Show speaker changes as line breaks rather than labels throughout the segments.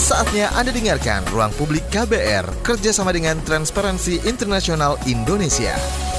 Saatnya Anda dengarkan Ruang Publik KBR, kerjasama dengan Transparency International Indonesia.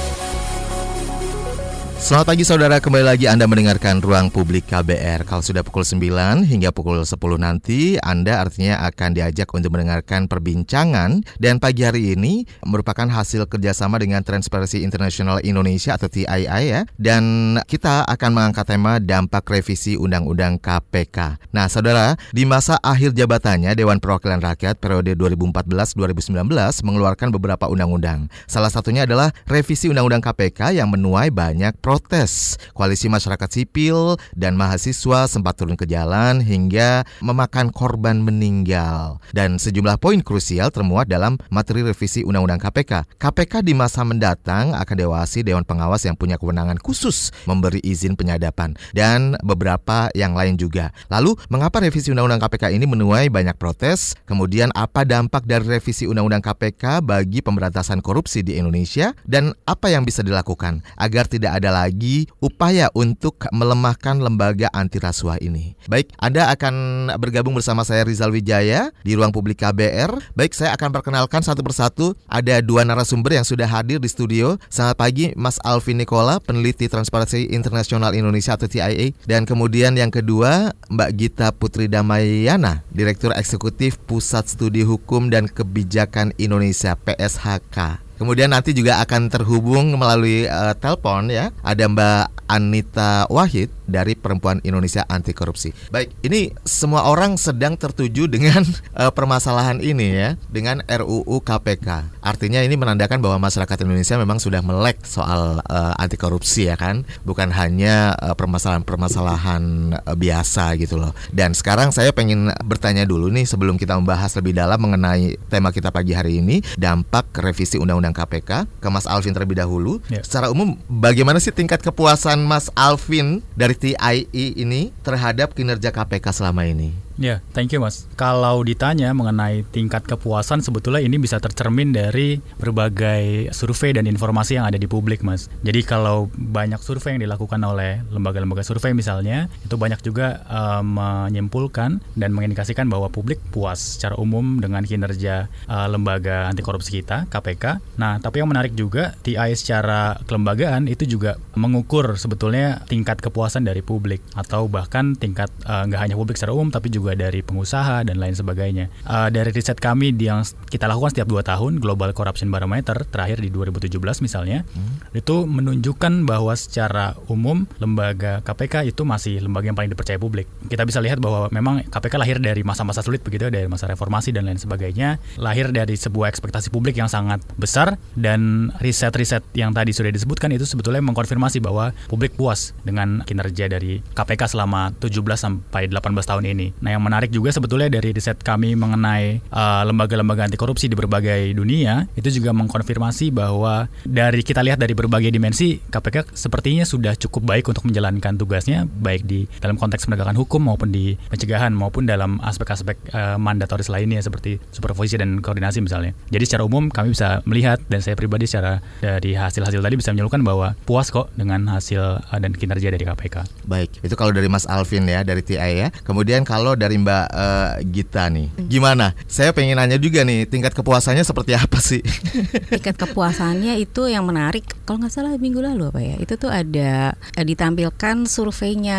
Selamat pagi saudara, kembali lagi Anda mendengarkan Ruang Publik KBR. Kalau sudah pukul 9 hingga pukul 10 nanti, Anda artinya akan diajak untuk mendengarkan perbincangan. Dan pagi hari ini merupakan hasil kerjasama dengan Transparency International Indonesia atau TII ya. Dan kita akan mengangkat tema dampak revisi Undang-Undang KPK. Nah saudara, di masa akhir jabatannya Dewan Perwakilan Rakyat periode 2014-2019 mengeluarkan beberapa undang-undang. Salah satunya adalah revisi Undang-Undang KPK yang menuai banyak protes. Koalisi masyarakat sipil dan mahasiswa sempat turun ke jalan hingga memakan korban meninggal. Dan sejumlah poin krusial termuat dalam materi revisi Undang-Undang KPK. KPK di masa mendatang akan diawasi Dewan Pengawas yang punya kewenangan khusus memberi izin penyadapan dan beberapa yang lain juga. Lalu, mengapa revisi Undang-Undang KPK ini menuai banyak protes? Kemudian apa dampak dari revisi Undang-Undang KPK bagi pemberantasan korupsi di Indonesia? Dan apa yang bisa dilakukan agar tidak ada lagi upaya untuk melemahkan lembaga anti rasuah ini. Baik, Anda akan bergabung bersama saya Rizal Wijaya di Ruang Publik KBR. Baik, saya akan perkenalkan satu persatu. Ada dua narasumber yang sudah hadir di studio. Selamat pagi Mas Alvin Nikola, peneliti Transparency International Indonesia atau TIA. Dan kemudian yang kedua Mbak Gita Putri Damayana, Direktur Eksekutif Pusat Studi Hukum dan Kebijakan Indonesia PSHK. Kemudian nanti juga akan terhubung melalui telepon ya. Ada Mbak Anita Wahid dari Perempuan Indonesia Anti Korupsi. Baik, ini semua orang sedang tertuju dengan permasalahan ini ya, dengan RUU KPK. Artinya ini menandakan bahwa masyarakat Indonesia memang sudah melek soal anti korupsi ya kan, bukan hanya permasalahan-permasalahan biasa gitu loh. Dan sekarang saya pengen bertanya dulu nih sebelum kita membahas lebih dalam mengenai tema kita pagi hari ini, dampak revisi Undang-Undang KPK, ke Mas Alvin terlebih dahulu. Ya. Secara umum, bagaimana sih tingkat kepuasan Mas Alvin dari TII ini terhadap kinerja KPK selama ini?
Ya, thank you Mas. Kalau ditanya mengenai tingkat kepuasan, sebetulnya ini bisa tercermin dari berbagai survei dan informasi yang ada di publik Mas. Jadi kalau banyak survei yang dilakukan oleh lembaga-lembaga survei misalnya, itu banyak juga menyimpulkan dan mengindikasikan bahwa publik puas secara umum dengan kinerja lembaga anti korupsi kita, KPK. Nah, tapi yang menarik juga, TII secara kelembagaan itu juga mengukur sebetulnya tingkat kepuasan dari publik, atau bahkan tingkat nggak hanya publik secara umum, tapi juga dari pengusaha dan lain sebagainya. Dari riset kami yang kita lakukan setiap 2 tahun, Global Corruption Barometer terakhir di 2017 misalnya, itu menunjukkan bahwa secara umum lembaga KPK itu masih lembaga yang paling dipercaya publik. Kita bisa lihat bahwa memang KPK lahir dari masa-masa sulit begitu, dari masa reformasi dan lain sebagainya, lahir dari sebuah ekspektasi publik yang sangat besar, dan riset-riset yang tadi sudah disebutkan itu sebetulnya mengkonfirmasi bahwa publik puas dengan kinerja dari KPK selama 17 sampai 18 tahun ini. Nah, yang menarik juga sebetulnya dari riset kami mengenai lembaga-lembaga anti korupsi di berbagai dunia, itu juga mengkonfirmasi bahwa dari kita lihat dari berbagai dimensi, KPK sepertinya sudah cukup baik untuk menjalankan tugasnya, baik di dalam konteks penegakan hukum maupun di pencegahan maupun dalam aspek-aspek mandatoris lainnya seperti supervisi dan koordinasi misalnya. Jadi secara umum kami bisa melihat, dan saya pribadi secara dari hasil-hasil tadi bisa menyimpulkan bahwa puas kok dengan hasil dan kinerja dari KPK.
Baik, itu kalau dari Mas Alvin ya, dari TI ya. Kemudian kalau dari Mbak Gita nih, gimana? Saya pengen nanya juga nih, tingkat kepuasannya seperti apa sih?
Tingkat kepuasannya itu yang menarik, kalau nggak salah minggu lalu apa ya, itu tuh ada ditampilkan surveinya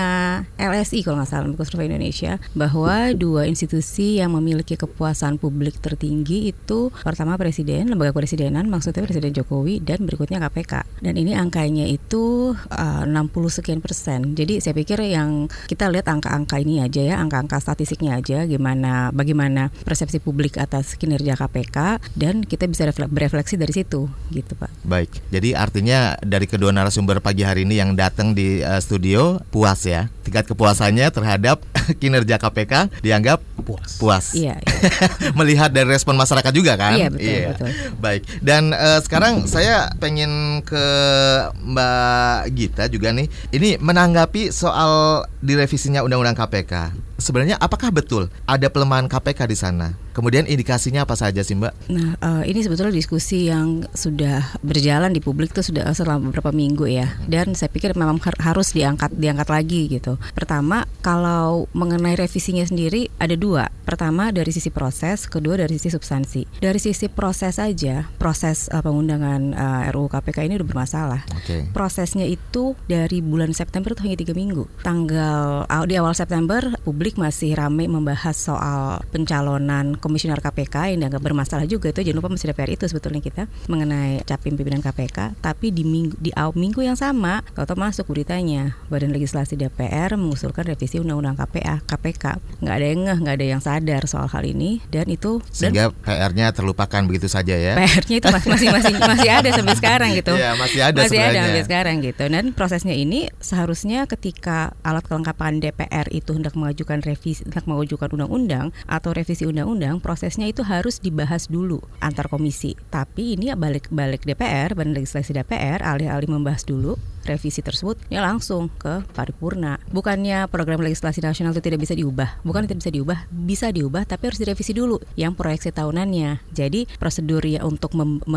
LSI kalau nggak salah, Lembaga Survei Indonesia, bahwa 2 institusi yang memiliki kepuasan publik tertinggi itu pertama Presiden, lembaga presidenan, maksudnya Presiden Jokowi, dan berikutnya KPK. Dan ini angkanya itu 60 sekian %. Jadi saya pikir yang kita lihat angka-angka ini aja ya, angka-angka statistiknya aja, bagaimana persepsi publik atas kinerja KPK, dan kita bisa berefleksi dari situ gitu Pak.
Baik, jadi artinya dari kedua narasumber pagi hari ini yang datang di studio puas ya, tingkat kepuasannya terhadap kinerja KPK dianggap puas.
Iya.
Melihat dari respon masyarakat juga kan?
Iya betul.
Baik, dan sekarang saya pengen ke Mbak Gita juga nih. Ini menanggapi soal direvisinya Undang-Undang KPK. Sebenarnya apakah betul ada pelemahan KPK di sana? Kemudian indikasinya apa saja sih Mbak?
Nah, ini sebetulnya diskusi yang sudah berjalan di publik tuh sudah selama beberapa minggu ya. Dan saya pikir memang harus diangkat lagi gitu. Pertama, kalau mengenai revisinya sendiri ada dua. Pertama dari sisi proses, kedua dari sisi substansi. Dari sisi proses saja, proses pengundangan RUU KPK ini udah bermasalah.
Okay.
Prosesnya itu dari bulan September itu hanya 3 minggu. Di awal September publik masih ramai membahas soal pencalonan komisioner KPK yang dianggap bermasalah juga, itu jangan lupa masih DPR itu sebetulnya kita mengenai capim pimpinan KPK. Tapi di minggu yang sama atau masuk beritanya Badan Legislasi DPR mengusulkan revisi Undang-Undang KPK. Nggak ada yang nggak ada yang sadar soal hal ini, dan itu
sehingga PR-nya terlupakan begitu saja ya.
PR-nya itu masih ada sampai sekarang gitu.
Iya, masih ada
sampai sekarang gitu. Dan prosesnya ini seharusnya ketika alat kelengkapan DPR itu hendak mengajukan undang-undang atau revisi undang-undang, prosesnya itu harus dibahas dulu antar komisi. Tapi ini balik DPR, Badan Legislasi DPR, alih-alih membahas dulu revisi tersebut, ya langsung ke paripurna. Bukannya program legislasi nasional itu tidak bisa diubah, bisa diubah, tapi harus direvisi dulu yang proyeksi tahunannya. Jadi prosedur ya untuk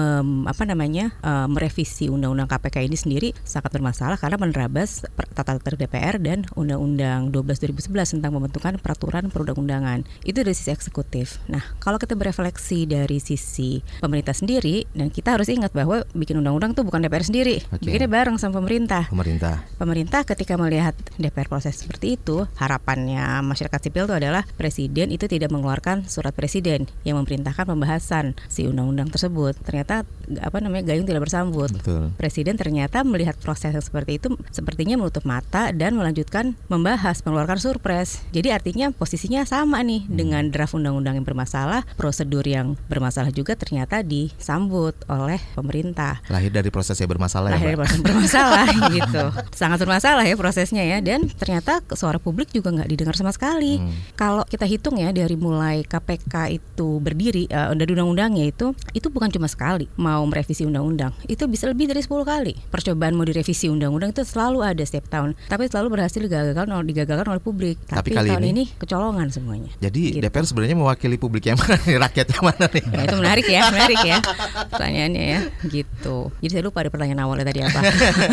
merevisi undang-undang KPK ini sendiri sangat bermasalah karena menerabas tata tertib DPR dan Undang-Undang 12/2011 tentang pembentukan peraturan perundang-undangan. Itu dari sisi eksekutif. Nah, kalau kita berefleksi dari sisi pemerintah sendiri, dan kita harus ingat bahwa bikin undang-undang itu bukan DPR sendiri, bikinnya bareng sama pemerintah. Pemerintah ketika melihat DPR proses seperti itu, harapannya masyarakat sipil itu adalah presiden itu tidak mengeluarkan surat presiden yang memerintahkan pembahasan si undang-undang tersebut. Ternyata gayung tidak bersambut.
Betul.
Presiden ternyata melihat proses yang seperti itu sepertinya menutup mata dan melanjutkan mengeluarkan surpres. Jadi artinya posisinya sama nih dengan draft undang-undang yang bermasalah, prosedur yang bermasalah juga ternyata disambut oleh pemerintah.
Lahir dari proses yang bermasalah
dari proses bermasalah gitu. Sangat bermasalah ya prosesnya ya, dan ternyata suara publik juga nggak didengar sama sekali. Kalau kita hitung ya dari mulai KPK itu berdiri, dari undang-undangnya itu bukan cuma sekali mau merevisi undang-undang, itu bisa lebih dari 10 kali. Percobaan mau direvisi undang-undang itu selalu ada setiap tahun, tapi selalu berhasil digagalkan oleh publik. Tapi kali tahun ini kecolongan semuanya.
Jadi gitu. DPR sebenarnya mewakili publik yang mana nih, rakyat yang mana nih?
Nah, itu menarik ya pertanyaannya ya gitu. Jadi saya lupa ada pertanyaan awalnya tadi apa.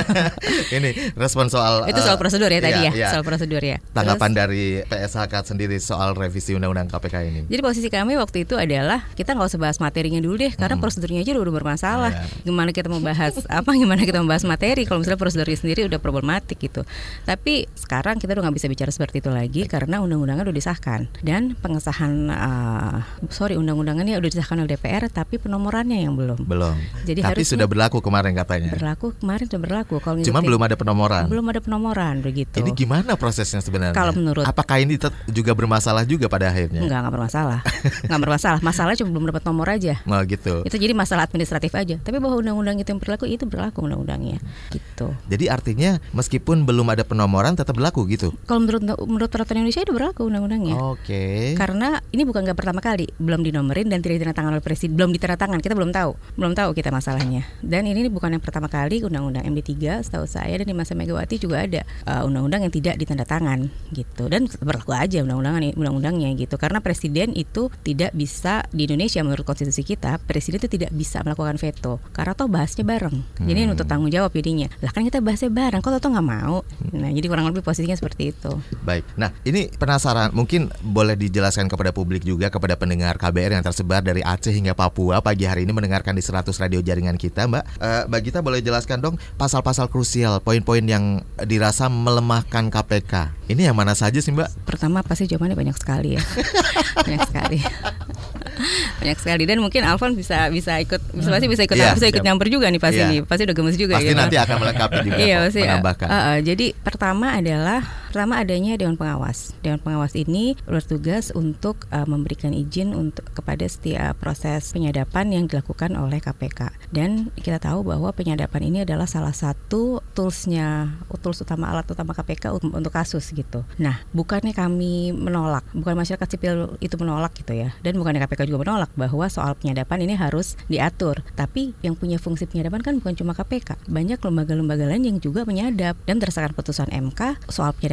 Ini respon soal
itu soal prosedur ya tadi
ya.
Soal prosedur ya.
Tanggapan dari PSHK sendiri soal revisi undang-undang KPK ini.
Jadi posisi kami waktu itu adalah kita nggak usah bahas materinya dulu deh, karena prosedurnya aja udah bermasalah. Gimana kita membahas materi kalau misalnya prosedurnya sendiri udah problematik gitu. Tapi sekarang kita udah nggak bisa bicara seperti itu lagi karena undang-undangnya udah disahkan dan pengesahan undang-undangannya udah disahkan oleh DPR, tapi penomorannya yang belum. Jadi tapi
sudah berlaku kemarin katanya.
Sudah berlaku.
Cuma belum ada penomoran.
Begitu.
Ini gimana prosesnya sebenarnya?
Kalau menurut,
apakah ini juga bermasalah juga pada akhirnya?
Enggak bermasalah. Masalahnya cuma belum dapat nomor aja.
Oh gitu.
Itu jadi masalah administratif aja. Tapi bahwa undang-undang itu yang berlaku undang-undangnya. Gitu.
Jadi artinya meskipun belum ada penomoran tetap berlaku gitu.
Kalau menurut peraturan Indonesia itu berlaku undang-undangnya.
Oke.
Karena ini nggak pertama kali, belum dinomorin dan tidak ditandatangan oleh presiden, belum ditandatangan, kita belum tahu kita masalahnya. Dan ini bukan yang pertama kali undang-undang MD3 setahu saya, dan di masa Megawati juga ada undang-undang yang tidak ditandatangan gitu, dan berlaku aja undang-undangnya gitu. Karena presiden itu tidak bisa di Indonesia, menurut konstitusi kita, presiden itu tidak bisa melakukan veto karena toh bahasnya bareng. Jadi untuk tanggung jawab jadinya. Lah kan kita bahasnya bareng, kok toh nggak mau. Nah, jadi kurang lebih posisinya seperti itu.
Baik. Nah, ini penasaran, mungkin boleh dijelaskan kepada publik juga, kepada pendengar KBR yang tersebar dari Aceh hingga Papua pagi hari ini mendengarkan di 100 radio jaringan kita, Mbak. Mbak Gita boleh jelaskan dong pasal-pasal krusial, poin-poin yang dirasa melemahkan KPK. Ini yang mana saja sih, Mbak?
Pertama pasti jawabannya banyak sekali ya. Banyak sekali, dan mungkin Alfon bisa ikut nyamper juga nih pasti nih. Pasti udah gemes juga.
Pasti gitu. Nanti akan melengkapi juga. Menambahkan.
Jadi pertama adanya Dewan Pengawas. Dewan Pengawas ini bertugas untuk memberikan izin kepada setiap proses penyadapan yang dilakukan oleh KPK. Dan kita tahu bahwa penyadapan ini adalah salah satu tools utama, alat utama KPK untuk kasus gitu. Nah, bukannya kami menolak, bukan masyarakat sipil itu menolak gitu ya, dan bukannya KPK juga menolak bahwa soal penyadapan ini harus diatur. Tapi yang punya fungsi penyadapan kan bukan cuma KPK, banyak lembaga-lembaga lain yang juga menyadap, dan berdasarkan putusan MK soal penyadapan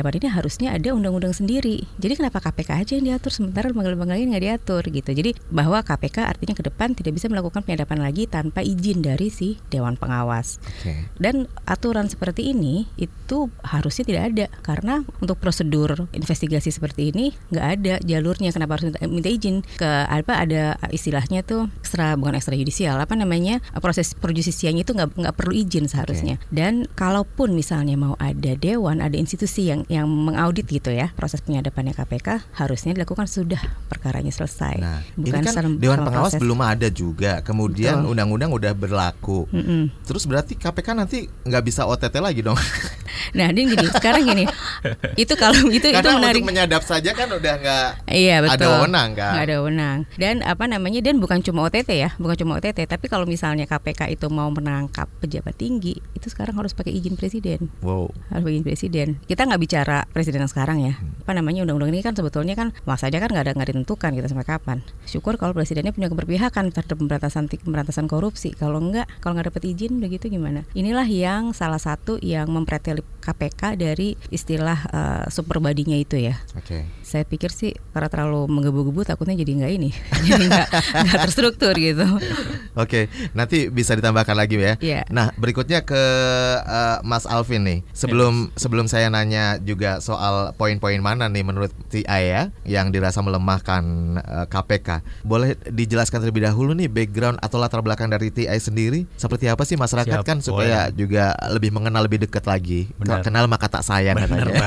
depan ini harusnya ada undang-undang sendiri. Jadi kenapa KPK aja yang diatur sementara lembaga-lembaga lain nggak diatur gitu. Jadi bahwa KPK artinya ke depan tidak bisa melakukan penyadapan lagi tanpa izin dari si Dewan Pengawas. Dan aturan seperti ini itu harusnya tidak ada, karena untuk prosedur investigasi seperti ini nggak ada jalurnya. Kenapa harus minta izin ke ada istilahnya tuh bukan ekstrajudisial, proses perjustisianya itu nggak perlu izin seharusnya. Dan kalaupun misalnya mau ada dewan, ada institusi yang mengaudit gitu ya proses penyadapannya KPK, harusnya dilakukan sudah perkaranya selesai.
Nah,
bukan
ini kan Dewan Pengawas belum ada juga, kemudian undang-undang udah berlaku. Terus berarti KPK nanti nggak bisa OTT lagi dong?
Nah, dia gini, sekarang gini, itu kalau itu menarik.
Untuk menyadap saja kan udah nggak ada wewenang kan?
Nggak ada wewenang. Dan dan bukan cuma OTT ya, tapi kalau misalnya KPK itu mau menangkap pejabat tinggi, itu sekarang harus pakai izin presiden.
Wow.
Harus pakai izin presiden. Kita nggak bicara presiden yang sekarang ya. Undang-undang ini kan sebetulnya kan masa aja kan nggak ditentukan kita sampai kapan. Syukur kalau presidennya punya keberpihakan terhadap pemberantasan korupsi. Kalau nggak dapat izin begitu gimana? Inilah yang salah satu yang mempretelip KPK dari istilah super body-nya itu ya. Saya pikir sih karena terlalu menggebu-gebu takutnya jadi nggak ini, jadi nggak terstruktur gitu.
Nanti bisa ditambahkan lagi ya.
Yeah.
Nah, berikutnya ke Mas Alvin nih. Sebelum saya nanya juga soal poin-poin mana nih menurut TI ya yang dirasa melemahkan KPK. Boleh dijelaskan terlebih dahulu nih background atau latar belakang dari TI sendiri? Seperti apa sih masyarakat kan supaya juga lebih mengenal lebih dekat lagi. Kenal maka tak sayang katanya.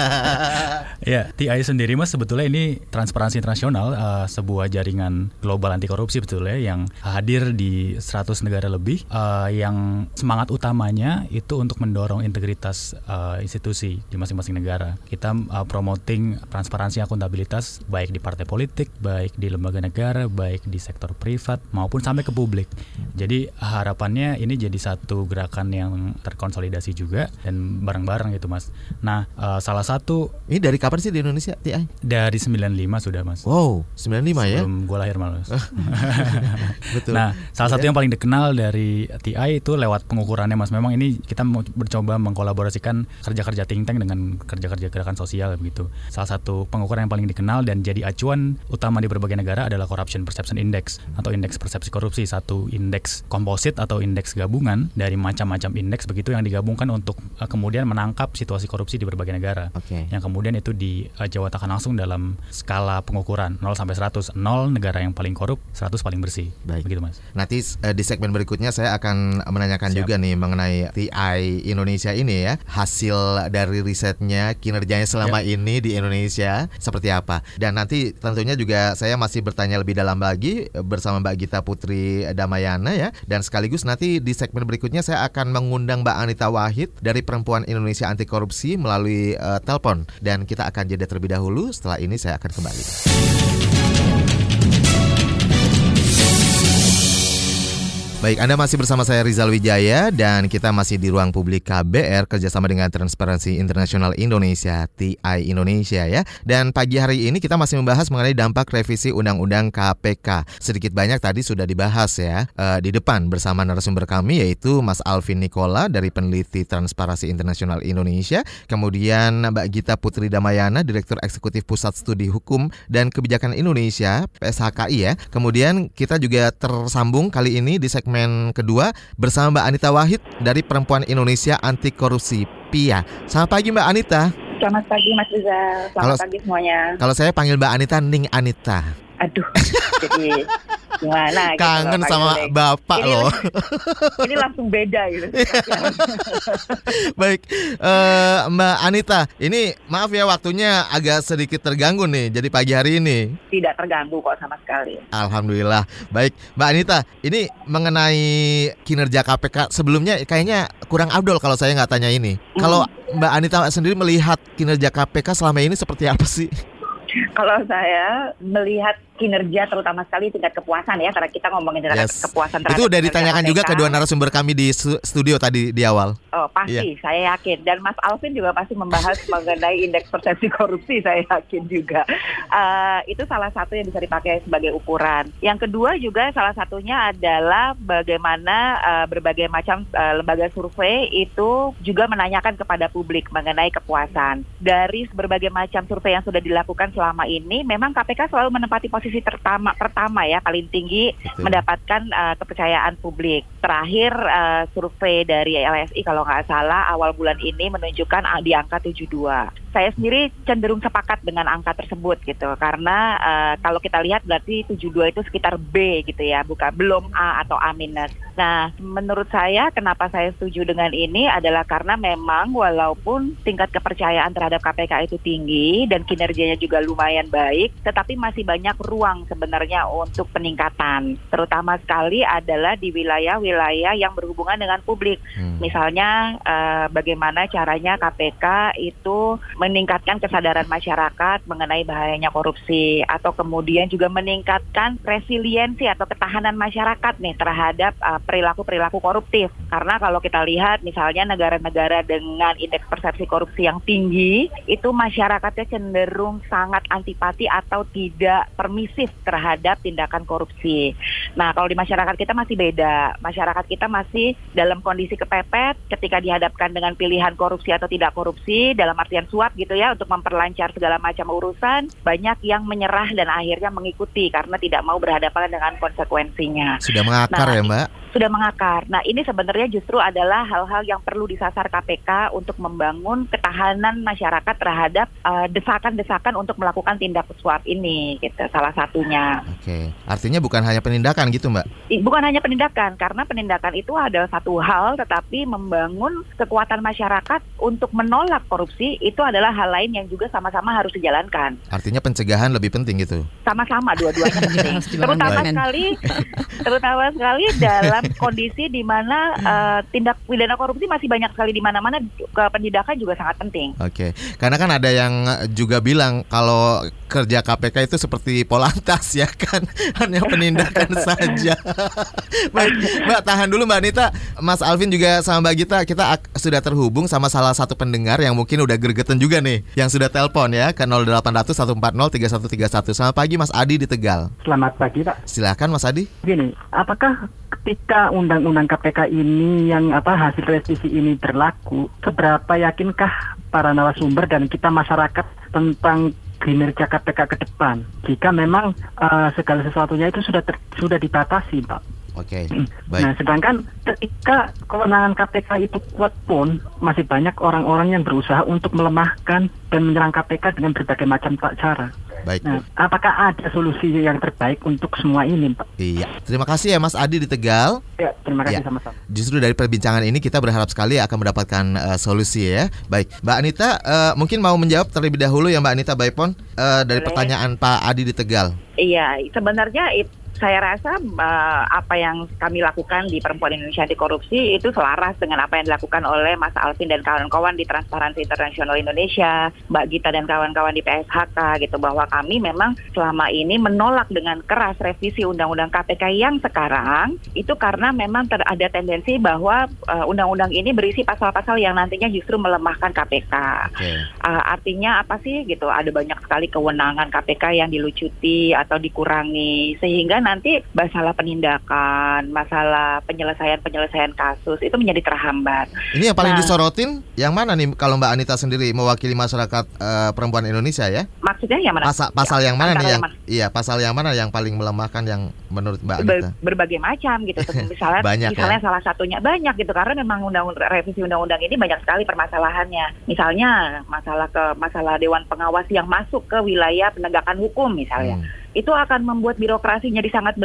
Ya, TI sendiri Mas sebetulnya ini Transparansi Internasional, sebuah jaringan global anti korupsi betulnya yang hadir di 100 negara lebih, yang semangat utamanya itu untuk mendorong integritas institusi di masing-masing negara. Kita promoting transparansi akuntabilitas baik di partai politik, baik di lembaga negara, baik di sektor privat maupun sampai ke publik. Jadi harapannya ini jadi satu gerakan yang terkonsolidasi juga dan bareng-bareng gitu Mas. Nah, salah satu
ini dari kapan sih di Indonesia TI?
Dari 95 sudah Mas.
Wow, 95 ya?
Sebelum gue lahir malah.
Betul.
Nah, salah satu yang paling dikenal dari TI itu lewat pengukurannya Mas. Memang ini kita mau mencoba mengkolaborasikan kerja-kerja think tank dengan kerja-kerja gerakan sosial begitu. Salah satu pengukuran yang paling dikenal dan jadi acuan utama di berbagai negara adalah Corruption Perception Index atau indeks persepsi korupsi, satu indeks komposit atau indeks gabungan dari macam-macam indeks begitu yang digabungkan untuk kemudian menangkap situasi korupsi di berbagai negara. Yang kemudian itu dijawatakan langsung dalam skala pengukuran 0 sampai 100. 0 negara yang paling korup, 100 paling bersih. Begitu Mas.
Nanti di segmen berikutnya saya akan menanyakan juga nih mengenai TI Indonesia ini ya. Hasil dari risetnya, kinerjanya selama ini di Indonesia seperti apa. Dan nanti tentunya juga saya masih bertanya lebih dalam lagi bersama Mbak Gita Putri Damayana ya. Dan sekaligus nanti di segmen berikutnya saya akan mengundang Mbak Anita Wahid dari Perempuan Indonesia Anti Korupsi melalui telepon. Dan kita akan jeda terlebih dahulu. Setelah ini saya akan kembali. Baik, Anda masih bersama saya Rizal Wijaya dan kita masih di ruang publik KBR kerjasama dengan Transparansi Internasional Indonesia, TI Indonesia ya. Dan pagi hari ini kita masih membahas mengenai dampak revisi Undang-Undang KPK. Sedikit banyak tadi sudah dibahas ya di depan bersama narasumber kami yaitu Mas Alvin Nikola dari peneliti Transparansi Internasional Indonesia, kemudian Mbak Gita Putri Damayana, Direktur Eksekutif Pusat Studi Hukum dan Kebijakan Indonesia (PSHKI) ya. Kemudian kita juga tersambung kali ini di segmen kedua bersama Mbak Anita Wahid dari Perempuan Indonesia Anti Korupsi (PIA). Selamat pagi Mbak Anita.
Selamat pagi Mas Rizal. Selamat pagi semuanya.
Kalau saya panggil Mbak Anita, Ning Anita.
Aduh, jadi gimana?
Kangen gitu, sama Bapak
ini
loh.
Ini langsung beda gitu.
Baik, Mbak Anita, ini maaf ya waktunya agak sedikit terganggu nih. Jadi pagi hari ini
tidak terganggu kok sama sekali.
Alhamdulillah. Baik, Mbak Anita, ini mengenai kinerja KPK sebelumnya kayaknya kurang afdol kalau saya nggak tanya ini. Kalau Mbak Anita sendiri melihat kinerja KPK selama ini seperti apa sih?
Kalau saya melihat kinerja terutama sekali tingkat kepuasan ya, karena kita ngomongin tingkat kepuasan terhadap
itu udah ditanyakan juga ke dua narasumber kami di studio tadi di awal.
Oh pasti, saya yakin. Dan Mas Alvin juga pasti membahas mengenai indeks persepsi korupsi, saya yakin juga. Itu salah satu yang bisa dipakai sebagai ukuran. Yang kedua juga salah satunya adalah bagaimana berbagai macam lembaga survei itu juga menanyakan kepada publik mengenai kepuasan. Dari berbagai macam survei yang sudah dilakukan selama ini, memang KPK selalu menempati posisi pertama ya, paling tinggi. Betul. Mendapatkan kepercayaan publik. Terakhir survei dari LSI kalau nggak salah awal bulan ini menunjukkan di angka 72. Saya sendiri cenderung sepakat dengan angka tersebut gitu, karena kalau kita lihat berarti 72 itu sekitar B gitu ya, belum A atau A-. Nah, menurut saya kenapa saya setuju dengan ini adalah karena memang walaupun tingkat kepercayaan terhadap KPK itu tinggi dan kinerjanya juga lumayan baik, tetapi masih banyak ruang sebenarnya untuk peningkatan. Terutama sekali adalah di wilayah-wilayah yang berhubungan dengan publik. Misalnya bagaimana caranya KPK itu meningkatkan kesadaran masyarakat mengenai bahayanya korupsi, atau kemudian juga meningkatkan resiliensi atau ketahanan masyarakat nih terhadap perilaku-perilaku koruptif. Karena kalau kita lihat misalnya negara-negara dengan indeks persepsi korupsi yang tinggi, itu masyarakatnya cenderung sangat antipati atau tidak permisif terhadap tindakan korupsi. Nah, kalau di masyarakat kita masih beda. Masyarakat kita masih dalam kondisi kepepet ketika dihadapkan dengan pilihan korupsi atau tidak korupsi, dalam artian suap gitu ya, untuk memperlancar segala macam urusan, banyak yang menyerah dan akhirnya mengikuti karena tidak mau berhadapan dengan konsekuensinya.
Sudah mengakar ya Mbak?
Sudah mengakar. Nah, ini sebenarnya justru adalah hal-hal yang perlu disasar KPK untuk membangun ketahanan masyarakat terhadap desakan-desakan untuk melakukan tindak suap ini, gitu, salah satunya.
Oke, artinya bukan hanya penindakan gitu Mbak?
Bukan hanya penindakan, karena penindakan itu adalah satu hal, tetapi membangun kekuatan masyarakat untuk menolak korupsi itu adalah hal lain yang juga sama-sama harus dijalankan.
Artinya pencegahan lebih penting gitu?
Sama-sama, dua-duanya penting. Terutama sekali dalam kondisi di mana tindak pidana korupsi masih banyak sekali di mana-mana, penindakan juga sangat penting.
Oke, karena kan ada yang juga bilang kalau kerja KPK itu seperti Polantas ya kan, hanya penindakan saja. Baik, Mbak tahan dulu Mbak Anita. Mas Alvin juga sama Mbak Gita, kita sudah terhubung sama salah satu pendengar yang mungkin udah gregetan juga nih, yang sudah telepon ya ke 0800 140 3131. Selamat pagi Mas Adi di Tegal.
Selamat pagi Pak.
Silakan Mas Adi.
Gini, apakah ketika undang-undang KPK ini yang hasil revisi ini berlaku, seberapa yakinkah para narasumber dan kita masyarakat tentang kinerja KPK ke depan jika memang segala sesuatunya itu sudah dibatasi Pak?
Oke, baik.
Nah, sedangkan ketika kewenangan KPK itu kuat pun masih banyak orang-orang yang berusaha untuk melemahkan dan menyerang KPK dengan berbagai macam cara.
Baik.
Nah, apakah ada solusi yang terbaik untuk semua ini, Pak?
Iya. Terima kasih ya Mas Adi di Tegal.
Ya, terima kasih sama-sama.
Justru dari perbincangan ini kita berharap sekali akan mendapatkan solusi ya. Baik, Mbak Anita mungkin mau menjawab terlebih dahulu ya Mbak Anita Baipon dari pertanyaan Pak Adi di Tegal.
Iya, sebenarnya saya rasa apa yang kami lakukan di Perempuan Indonesia Anti Korupsi itu selaras dengan apa yang dilakukan oleh Mas Alvin dan kawan-kawan di Transparansi Internasional Indonesia, Mbak Gita dan kawan-kawan di PSHK gitu, bahwa kami memang selama ini menolak dengan keras revisi Undang-Undang KPK yang sekarang itu karena memang ada tendensi bahwa undang-undang ini berisi pasal-pasal yang nantinya justru melemahkan KPK. Okay. Artinya apa sih gitu? Ada banyak sekali kewenangan KPK yang dilucuti atau dikurangi, sehingga nanti masalah penindakan, masalah penyelesaian kasus itu menjadi terhambat.
Ini yang paling disorotin yang mana nih kalau Mbak Anita sendiri mewakili masyarakat perempuan Indonesia ya?
Maksudnya yang mana?
Pasal yang mana nih yang pasal yang mana yang paling melemahkan yang menurut Mbak Anita?
Berbagai macam gitu. Misalnya salah satunya banyak gitu, karena memang revisi undang-undang ini banyak sekali permasalahannya. Misalnya masalah Dewan Pengawas yang masuk ke wilayah penegakan hukum misalnya. itu akan membuat birokrasinya jadi sangat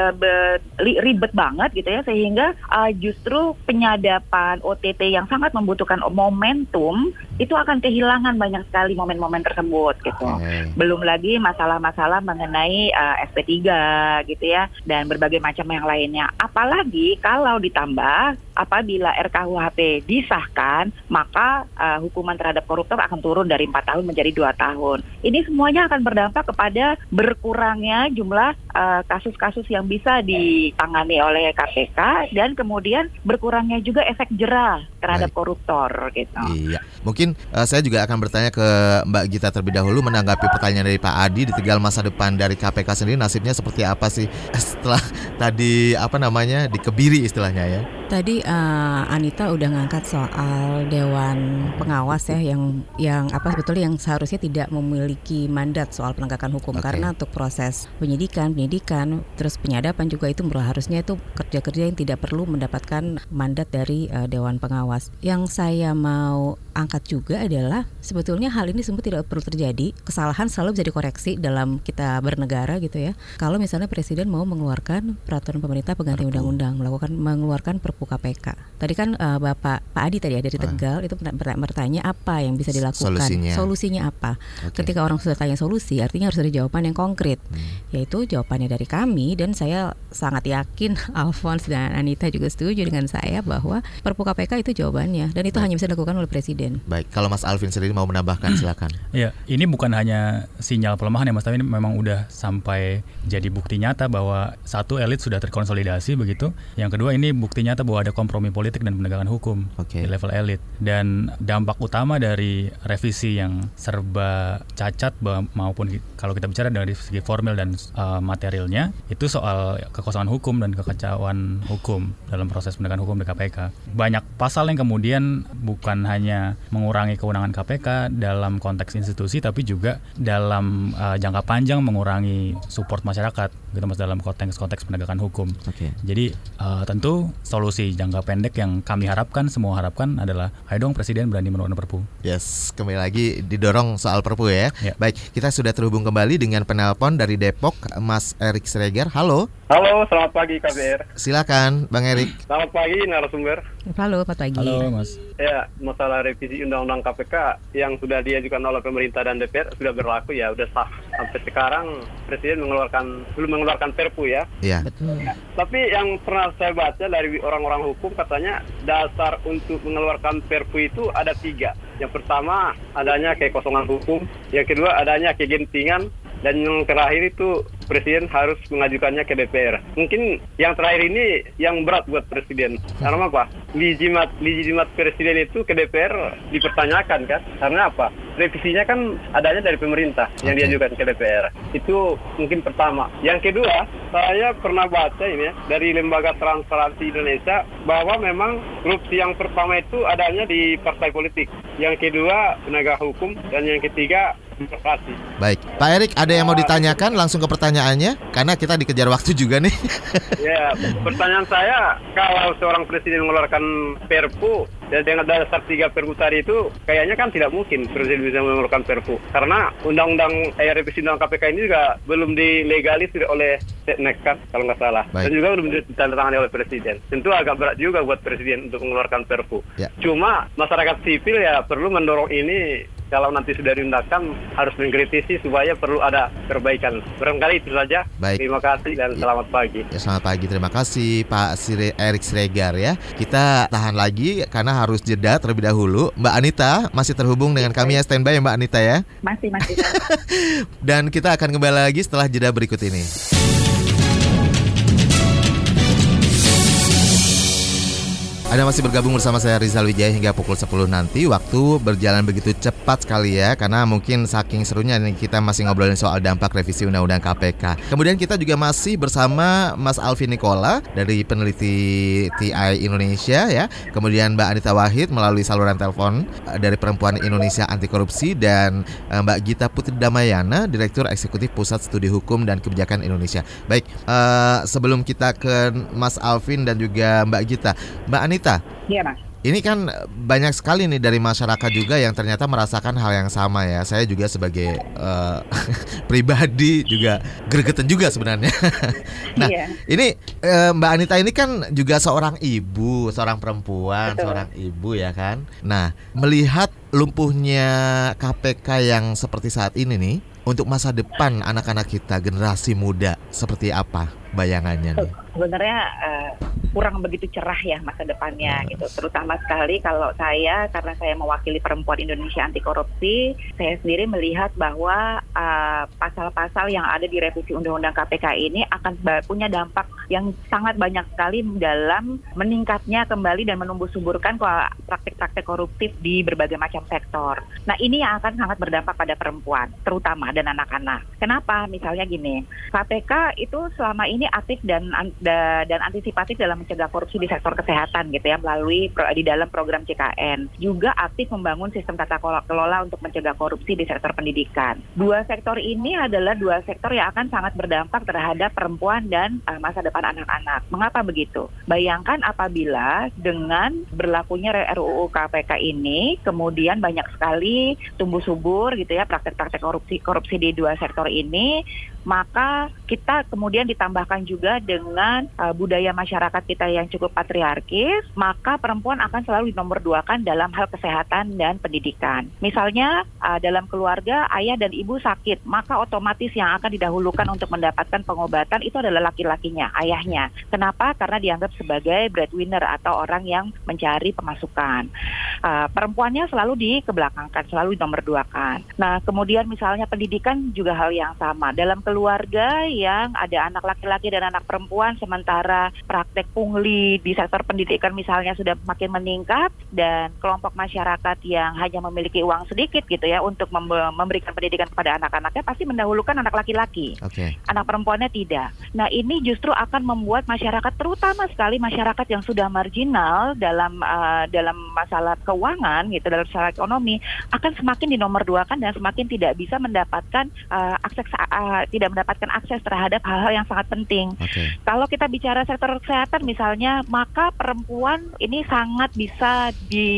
ribet banget gitu ya, sehingga justru penyadapan OTT yang sangat membutuhkan momentum itu akan kehilangan banyak sekali momen-momen tersebut gitu. Belum lagi masalah-masalah mengenai SP3 gitu ya, dan berbagai macam yang lainnya. Apalagi kalau ditambah apabila RKUHP disahkan, maka hukuman terhadap koruptor akan turun dari 4 tahun menjadi 2 tahun. Ini semuanya akan berdampak kepada berkurangnya jumlah kasus-kasus yang bisa ditangani oleh KPK, dan kemudian berkurangnya juga efek jera terhadap koruptor gitu.
Iya, mungkin saya juga akan bertanya ke Mbak Gita terlebih dahulu menanggapi pertanyaan dari Pak Adi di Tegal masa depan dari KPK sendiri, nasibnya seperti apa sih setelah tadi dikebiri istilahnya ya?
Tadi Anita udah ngangkat soal Dewan Pengawas ya, yang sebetulnya yang seharusnya tidak memiliki mandat soal penegakan hukum, karena untuk proses penyidikan, terus penyadapan juga itu harusnya itu kerja-kerja yang tidak perlu mendapatkan mandat dari Dewan Pengawas. Yang saya mau angkat juga adalah sebetulnya hal ini semua tidak perlu terjadi. Kesalahan selalu bisa dikoreksi dalam kita bernegara gitu ya. Kalau misalnya Presiden mau mengeluarkan peraturan pemerintah pengganti undang-undang, mengeluarkan Perpu KPK. Tadi kan Pak Adi tadi dari Tegal itu bertanya apa yang bisa dilakukan, solusinya apa. Ketika orang sudah tanya solusi, artinya harus ada jawaban yang konkret, yaitu jawabannya dari kami, dan saya sangat yakin Alphonse dan Anita juga setuju dengan saya bahwa Perpu KPK itu jawabannya, dan itu hanya bisa dilakukan oleh Presiden.
Baik, kalau Mas Alvin sendiri mau menambahkan silakan.
Ya, ini bukan hanya sinyal pelemahan ya Mas, tapi ini memang udah sampai jadi bukti nyata bahwa satu, elit sudah terkonsolidasi begitu. Yang kedua, ini bukti nyata bahwa ada kompromi politik dan penegakan hukum di level elit. Dan dampak utama dari revisi yang serba cacat maupun kalau kita bicara dari segi formil dan materialnya, itu soal kekosongan hukum dan kekacauan hukum dalam proses penegakan hukum di KPK. Banyak pasal yang kemudian bukan hanya mengurangi kewenangan KPK dalam konteks institusi, tapi juga dalam jangka panjang mengurangi support masyarakat gitu Mas, dalam konteks penegakan hukum. Jadi tentu solusi jangka pendek yang kami harapkan, semua harapkan adalah ayo dong Presiden berani menurunkan Perpu.
Yes, kembali lagi didorong soal Perpu ya. Baik, kita sudah terhubung kembali dengan penelpon dari Depok, Mas Erik Sregar. Halo.
Halo, selamat pagi KBR.
Silakan Bang Erik.
Selamat pagi narasumber.
Halo, selamat pagi.
Halo Mas.
Ya, masalah revisi Undang-Undang KPK yang sudah diajukan oleh pemerintah dan DPR sudah berlaku ya, udah sah. Sampai sekarang Presiden belum mengeluarkan Perpu ya.
Iya.
Betul.
Tapi yang pernah saya baca dari orang-orang hukum, katanya dasar untuk mengeluarkan Perpu itu ada 3. Yang pertama adanya kekosongan hukum, yang kedua adanya kegentingan, dan yang terakhir itu Presiden harus mengajukannya ke DPR. Mungkin yang terakhir ini yang berat buat Presiden. Karena apa? Legitimitas Presiden itu ke DPR dipertanyakan kan? Karena apa? Revisinya kan adanya dari pemerintah yang diajukan ke DPR. Itu mungkin pertama. Yang kedua, saya pernah baca ini ya, dari Lembaga Transparansi Indonesia, bahwa memang korupsi yang pertama itu adanya di partai politik. Yang kedua, penegak hukum, dan yang ketiga, birokrasi.
Baik, Pak Erik, ada yang mau ditanyakan langsung ke pertanyaannya? Karena kita dikejar waktu juga nih.
Ya, pertanyaan saya, kalau seorang presiden mengeluarkan Perpu dan dengan dasar 3 Perpu tadi itu, kayaknya kan tidak mungkin presiden bisa mengeluarkan Perpu. Karena revisi undang KPK ini juga belum dilegalisir oleh Setnek kan, kalau nggak salah.
Baik.
Dan juga belum ditandatangani oleh presiden. Tentu agak berat juga buat presiden untuk mengeluarkan Perpu.
Ya.
Cuma masyarakat sipil ya perlu mendorong ini. Kalau nanti sudah diundangkan harus mengkritisi supaya perlu ada perbaikan. Barangkali itu saja.
Baik.
Terima kasih dan selamat pagi.
Ya, selamat pagi. Terima kasih Pak Erik Sregar ya. Kita tahan lagi karena harus jeda terlebih dahulu. Mbak Anita masih terhubung dengan kami ya, standby ya Mbak Anita ya.
Masih.
Dan kita akan kembali lagi setelah jeda berikut ini. Anda masih bergabung bersama saya Rizal Wijaya hingga pukul 10 nanti. Waktu berjalan begitu cepat sekali ya, karena mungkin saking serunya nih kita masih ngobrolin soal dampak revisi Undang-Undang KPK. Kemudian kita juga masih bersama Mas Alvin Nikola dari peneliti TI Indonesia ya. Kemudian Mbak Anita Wahid melalui saluran telepon dari Perempuan Indonesia Anti Korupsi, dan Mbak Gita Putri Damayana, Direktur Eksekutif Pusat Studi Hukum dan Kebijakan Indonesia. Baik, sebelum kita ke Mas Alvin dan juga Mbak Gita, Mbak Anita.
Iya Mas.
Ini kan banyak sekali nih dari masyarakat juga yang ternyata merasakan hal yang sama ya. Saya juga sebagai pribadi juga gregetan juga sebenarnya. Nah, ini Mbak Anita ini kan juga seorang ibu, seorang perempuan, seorang ibu ya kan. Nah, melihat lumpuhnya KPK yang seperti saat ini nih, untuk masa depan anak-anak kita, generasi muda, seperti apa bayangannya nih?
Sebenarnya kurang begitu cerah ya masa depannya gitu. Terutama sekali kalau saya, karena saya mewakili Perempuan Indonesia Anti Korupsi, saya sendiri melihat bahwa pasal-pasal yang ada di revisi Undang-Undang KPK ini akan punya dampak yang sangat banyak sekali dalam meningkatnya kembali dan menumbuh suburkan praktik-praktik koruptif di berbagai macam sektor. Nah, ini yang akan sangat berdampak pada perempuan, terutama dan anak-anak. Kenapa? Misalnya gini, KPK itu selama ini aktif dan antisipatif dalam mencegah korupsi di sektor kesehatan gitu ya, melalui di dalam program CKN. Juga aktif membangun sistem tata kelola untuk mencegah korupsi di sektor pendidikan. Dua sektor ini adalah dua sektor yang akan sangat berdampak terhadap perempuan dan masa depan anak-anak. Mengapa begitu? Bayangkan apabila dengan berlakunya RUU KPK ini kemudian banyak sekali tumbuh subur gitu ya praktek-praktek korupsi di dua sektor ini, maka kita kemudian ditambahkan juga dengan budaya masyarakat kita yang cukup patriarkis, maka perempuan akan selalu dinomorduakan dalam hal kesehatan dan pendidikan. Misalnya dalam keluarga ayah dan ibu sakit, maka otomatis yang akan didahulukan untuk mendapatkan pengobatan itu adalah laki-lakinya, ayahnya. Kenapa? Karena dianggap sebagai breadwinner atau orang yang mencari pemasukan. Perempuannya selalu dikebelakangkan, selalu dinomorduakan. Nah, kemudian misalnya pendidikan juga hal yang sama. Dalam keluarga yang ada anak laki-laki dan anak perempuan, sementara praktek pungli di sektor pendidikan misalnya sudah makin meningkat, dan kelompok masyarakat yang hanya memiliki uang sedikit gitu ya untuk memberikan pendidikan kepada anak-anaknya pasti mendahulukan anak laki-laki. Anak perempuannya tidak. Nah, ini justru akan membuat masyarakat, terutama sekali masyarakat yang sudah marginal dalam masalah keuangan gitu, dalam masalah ekonomi, akan semakin dinomorduakan dan semakin tidak bisa mendapatkan akses terhadap hal-hal yang sangat penting. Kalau kita bicara sektor kesehatan misalnya, maka perempuan ini sangat bisa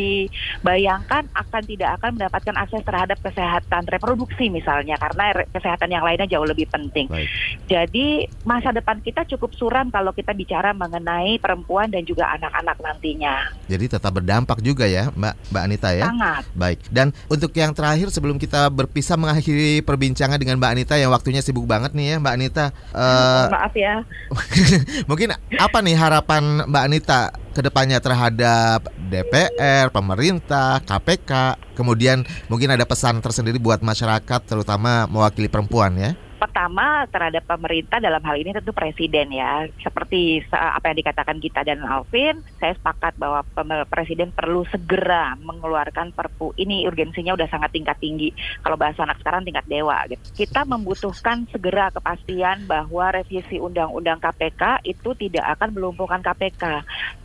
dibayangkan tidak akan mendapatkan akses terhadap kesehatan reproduksi misalnya, karena kesehatan yang lainnya jauh lebih penting. Jadi masa depan kita cukup suram kalau kita bicara mengenai perempuan dan juga anak-anak nantinya.
Jadi tetap berdampak juga ya Mbak Anita ya?
Sangat.
Baik, dan untuk yang terakhir sebelum kita berpisah mengakhiri perbincangan dengan Mbak Anita yang waktunya sibuk banget nih ya Mbak Anita.
Maaf ya.
Mungkin apa nih harapan Mbak Anita ke depannya terhadap DPR, pemerintah, KPK, kemudian mungkin ada pesan tersendiri buat masyarakat terutama mewakili perempuan ya?
Pertama, terhadap pemerintah dalam hal ini tentu presiden ya. Seperti apa yang dikatakan Gita dan Alvin, saya sepakat bahwa presiden perlu segera mengeluarkan Perpu. Ini urgensinya udah sangat tingkat tinggi. Kalau bahasa anak sekarang tingkat dewa gitu. Kita membutuhkan segera kepastian bahwa revisi Undang-Undang KPK itu tidak akan melumpuhkan KPK.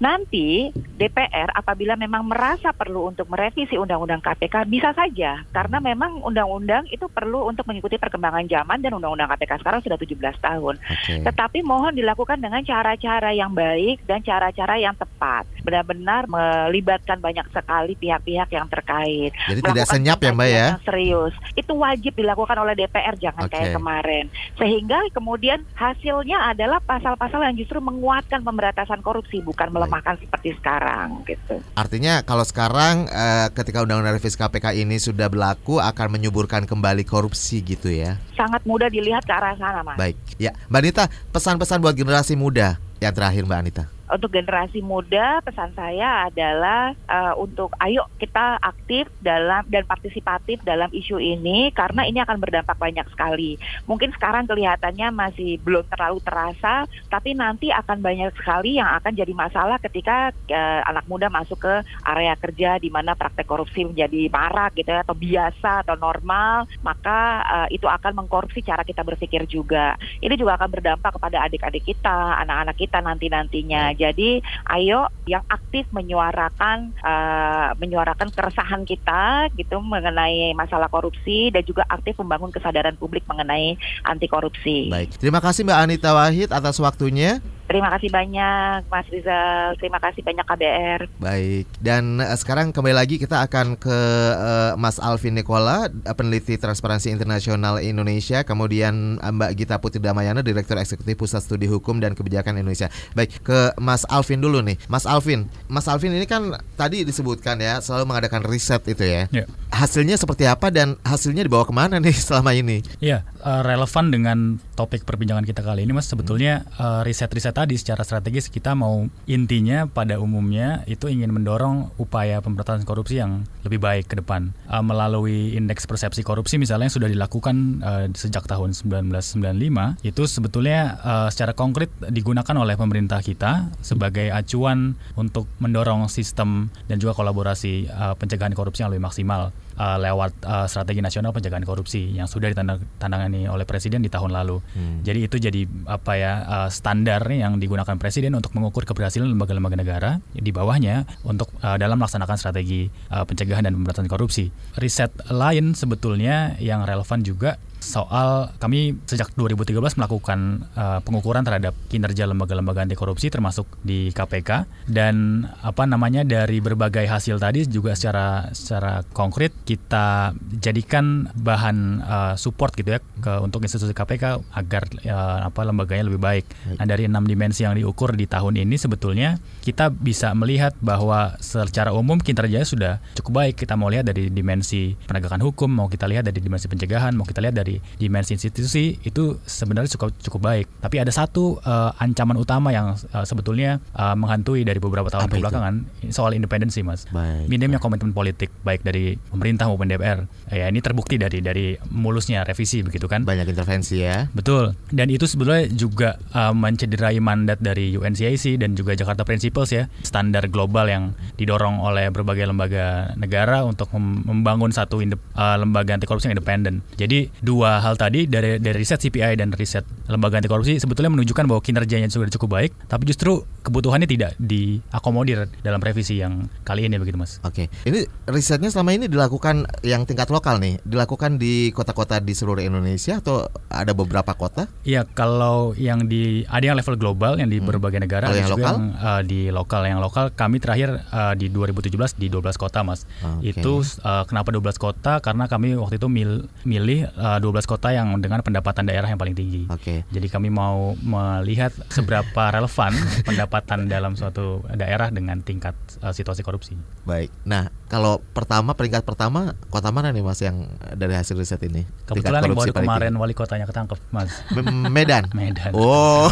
Nanti DPR apabila memang merasa perlu untuk merevisi Undang-Undang KPK bisa saja, karena memang undang-undang itu perlu untuk mengikuti perkembangan zaman dan Undang-Undang KPK sekarang sudah 17 tahun. Tetapi mohon dilakukan dengan cara-cara yang baik dan cara-cara yang tepat. Benar-benar melibatkan banyak sekali pihak-pihak yang terkait.
Jadi tidak senyap ya Mbak ya?
Yang serius. Itu wajib dilakukan oleh DPR, jangan kayak kemarin. Sehingga kemudian hasilnya adalah pasal-pasal yang justru menguatkan pemberantasan korupsi, bukan melemahkan seperti sekarang gitu.
Artinya kalau sekarang ketika Undang-Undang Revisi KPK ini sudah berlaku akan menyuburkan kembali korupsi gitu ya?
Sangat mudah dilihat ke arah sana, Mas.
Baik, ya Mbak Anita, pesan-pesan buat generasi muda yang terakhir Mbak Anita.
Untuk generasi muda, pesan saya adalah untuk ayo kita aktif dalam dan partisipatif dalam isu ini, karena ini akan berdampak banyak sekali. Mungkin sekarang kelihatannya masih belum terlalu terasa, tapi nanti akan banyak sekali yang akan jadi masalah ketika anak muda masuk ke area kerja di mana praktek korupsi menjadi marak gitu ya, atau biasa atau normal, maka itu akan mengkorupsi cara kita berpikir juga. Ini juga akan berdampak kepada adik-adik kita, anak-anak kita nantinya. Jadi ayo yang aktif menyuarakan keresahan kita gitu mengenai masalah korupsi, dan juga aktif membangun kesadaran publik mengenai anti korupsi.
Baik, terima kasih Mbak Anita Wahid atas waktunya.
Terima kasih banyak Mas Rizal, terima kasih banyak KBR.
Baik, dan sekarang kembali lagi kita akan ke Mas Alvin Nikola, peneliti Transparansi Internasional Indonesia, kemudian Mbak Gita Putri Damayana, Direktur Eksekutif Pusat Studi Hukum dan Kebijakan Indonesia. Baik, ke Mas Alvin dulu nih. Mas Alvin ini kan tadi disebutkan ya selalu mengadakan riset itu ya. Hasilnya seperti apa dan hasilnya dibawa kemana nih selama ini?
Ya, relevan dengan topik perbincangan kita kali ini, Mas. Sebetulnya riset-riset tadi secara strategis kita mau intinya pada umumnya itu ingin mendorong upaya pemberantasan korupsi yang lebih baik ke depan melalui indeks persepsi korupsi misalnya yang sudah dilakukan sejak tahun 1995. Itu sebetulnya secara konkret digunakan oleh pemerintah kita sebagai acuan untuk mendorong sistem dan juga kolaborasi pencegahan korupsi yang lebih maksimal lewat strategi nasional pencegahan korupsi yang sudah ditandatangani oleh Presiden di tahun lalu. Jadi itu jadi standar yang digunakan Presiden untuk mengukur keberhasilan lembaga-lembaga negara di bawahnya untuk dalam melaksanakan strategi pencegahan dan pemberantasan korupsi. Riset lain sebetulnya yang relevan juga soal kami sejak 2013 melakukan pengukuran terhadap kinerja lembaga-lembaga anti korupsi termasuk di KPK, dan dari berbagai hasil tadi juga secara konkret kita jadikan bahan support gitu ya untuk institusi KPK agar lembaganya lebih baik. Nah, dari 6 dimensi yang diukur di tahun ini sebetulnya kita bisa melihat bahwa secara umum kinerjanya sudah cukup baik. Kita mau lihat dari dimensi penegakan hukum, mau kita lihat dari dimensi pencegahan, mau kita lihat dari dimensi institusi, itu sebenarnya cukup baik. Tapi ada satu ancaman utama yang sebetulnya menghantui dari beberapa tahun kebelakangan, soal independensi, Mas. Minimnya komitmen politik baik dari pemerintah maupun DPR. Ya, ini terbukti dari mulusnya revisi begitu kan.
Banyak intervensi ya.
Betul. Dan itu sebetulnya juga mencederai mandat dari UNCIC dan juga Jakarta Principles ya, standar global yang didorong oleh berbagai lembaga negara untuk membangun satu lembaga anti korupsi yang independen. Jadi dua hal tadi dari riset CPI dan riset lembaga anti korupsi sebetulnya menunjukkan bahwa kinerjanya sudah cukup baik, tapi justru kebutuhannya tidak diakomodir dalam revisi yang kali ini begitu, Mas.
Oke. Ini risetnya selama ini dilakukan yang tingkat lokal nih, dilakukan di kota-kota di seluruh Indonesia atau ada beberapa kota?
Iya, kalau yang ada yang level global yang di berbagai negara,
ada
yang
juga
lokal? Yang lokal kami terakhir di 2017 di 12 kota, Mas. Itu kenapa 12 kota? Karena kami waktu itu milih 12 kota yang dengan pendapatan daerah yang paling tinggi. Jadi kami mau melihat seberapa relevan pendapatan dalam suatu daerah dengan tingkat situasi korupsi.
Baik. Nah, kalau peringkat pertama kota mana nih, Mas, yang dari hasil riset ini?
Kebetulan yang baru kemarin wali kotanya ketangkep, Mas.
Medan. Oh.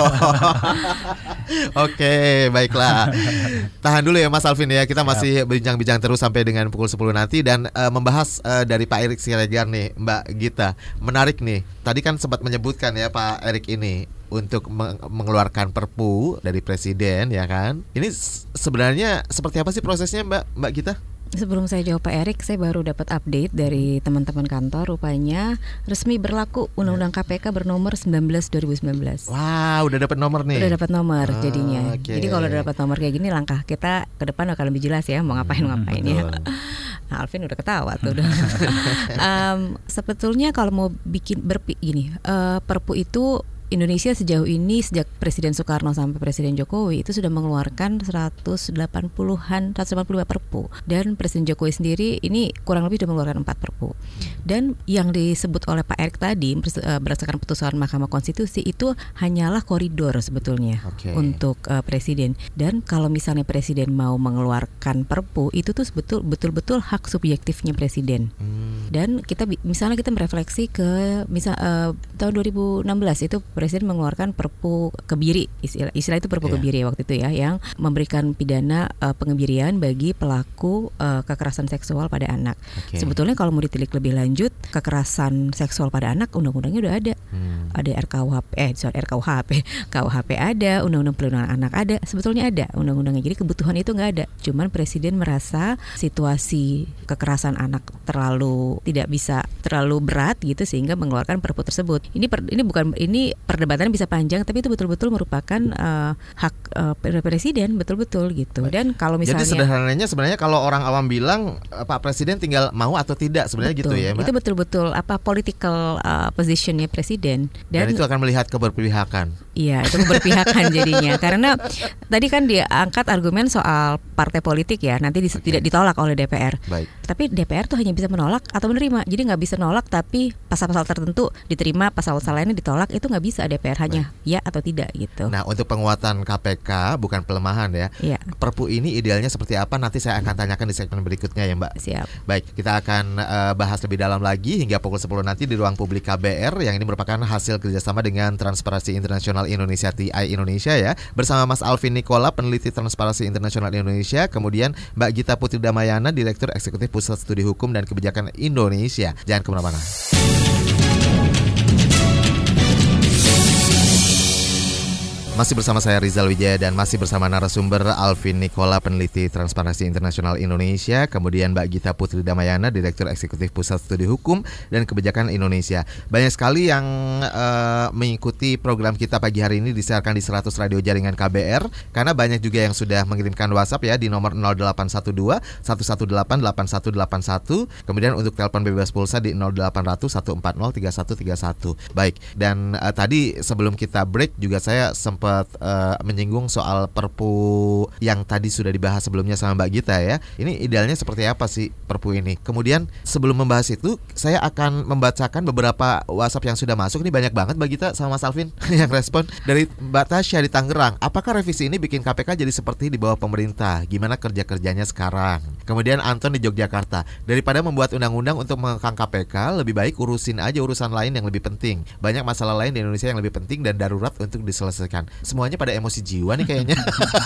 Oke, baiklah. Tahan dulu ya Mas Alvin ya. Kita masih bincang-bincang terus sampai dengan pukul 10 nanti dan membahas dari Pak Erik Siregar nih, Mbak Gita. Menarik nih. Tadi kan sempat menyebutkan ya Pak Erik ini untuk mengeluarkan Perpu dari Presiden ya kan. Ini sebenarnya seperti apa sih prosesnya Mbak Gita?
Sebelum saya jawab Pak Erik, saya baru dapat update dari teman-teman kantor. Rupanya resmi berlaku Undang-Undang KPK bernomor 19/2019.
Wah, udah dapat nomor nih.
Udah dapat nomor jadinya. Jadi kalau udah dapat nomor kayak gini, langkah kita ke depan akan lebih jelas ya, mau ngapain ya. Nah, Alvin udah ketawa tuh. Sebetulnya kalau mau bikin Perpu itu Indonesia sejauh ini sejak Presiden Soekarno sampai Presiden Jokowi itu sudah mengeluarkan 180 Perpu, dan Presiden Jokowi sendiri ini kurang lebih sudah mengeluarkan 4 Perpu. Dan yang disebut oleh Pak Erik tadi berdasarkan putusan Mahkamah Konstitusi itu hanyalah koridor sebetulnya untuk Presiden. Dan kalau misalnya Presiden mau mengeluarkan Perpu itu tuh betul-betul hak subjektifnya Presiden. Dan kita merefleksi ke tahun 2016 itu Presiden mengeluarkan Perpu Kebiri, istilah itu Perpu Kebiri waktu itu ya, yang memberikan pidana pengebirian bagi pelaku kekerasan seksual pada anak. Sebetulnya kalau mau ditilik lebih lanjut, kekerasan seksual pada anak undang-undangnya udah ada. Ada KUHP ada, Undang-Undang Perlindungan Anak ada, sebetulnya ada undang-undangnya. Jadi kebutuhan itu nggak ada. Cuman Presiden merasa situasi kekerasan anak tidak bisa terlalu berat gitu sehingga mengeluarkan Perpu tersebut. Ini perdebatan bisa panjang, tapi itu betul-betul merupakan hak presiden, betul-betul gitu. Dan kalau misalnya,
jadi sederhananya sebenarnya kalau orang awam bilang Pak Presiden tinggal mau atau tidak sebenarnya
betul,
gitu ya, Mbak?
Itu betul-betul political positionnya presiden, dan
itu akan melihat keberpihakan.
Iya, itu keberpihakan jadinya. Karena tadi kan dia angkat argumen soal partai politik ya, nanti tidak ditolak oleh DPR.
Baik.
Tapi DPR tuh hanya bisa menolak atau menerima. Jadi nggak bisa nolak tapi pasal-pasal tertentu diterima, pasal-pasal lainnya ditolak, itu nggak bisa DPR, hanya ya atau tidak gitu.
Nah, untuk penguatan KPK bukan pelemahan ya.
Iya.
Perpu ini idealnya seperti apa? Nanti saya akan tanyakan di segmen berikutnya ya, Mbak.
Siap.
Baik, kita akan bahas lebih dalam lagi hingga pukul 10 nanti di Ruang Publik KBR yang ini merupakan hasil kerjasama dengan Transparansi Internasional Indonesia TI Indonesia ya, bersama Mas Alvin Nikola, peneliti Transparansi Internasional Indonesia, kemudian Mbak Gita Putri Damayana, Direktur Eksekutif Pusat Studi Hukum dan Kebijakan Indonesia. Jangan kemana-mana. Masih bersama saya Rizal Wijaya dan masih bersama narasumber Alvin Nikola, peneliti Transparansi Internasional Indonesia, kemudian Mbak Gita Putri Damayana, Direktur Eksekutif Pusat Studi Hukum dan Kebijakan Indonesia. Banyak sekali yang mengikuti program kita pagi hari ini disiarkan di 100 radio jaringan KBR, karena banyak juga yang sudah mengirimkan WhatsApp ya di nomor 0812 118 8181, kemudian untuk telepon bebas pulsa di 0800 140 3131. Baik, dan tadi sebelum kita break juga saya sempat menyinggung soal Perpu yang tadi sudah dibahas sebelumnya sama Mbak Gita ya. Ini idealnya seperti apa sih Perpu ini? Kemudian sebelum membahas itu, saya akan membacakan beberapa WhatsApp yang sudah masuk. Ini banyak banget Mbak Gita sama Mas Alvin yang respon. Dari Mbak Tasya di Tangerang, apakah revisi ini bikin KPK jadi seperti di bawah pemerintah? Gimana kerja-kerjanya sekarang? Kemudian Anton di Yogyakarta, daripada membuat undang-undang untuk mengekang KPK, lebih baik urusin aja urusan lain yang lebih penting. Banyak masalah lain di Indonesia yang lebih penting dan darurat untuk diselesaikan. Semuanya pada emosi jiwa nih kayaknya.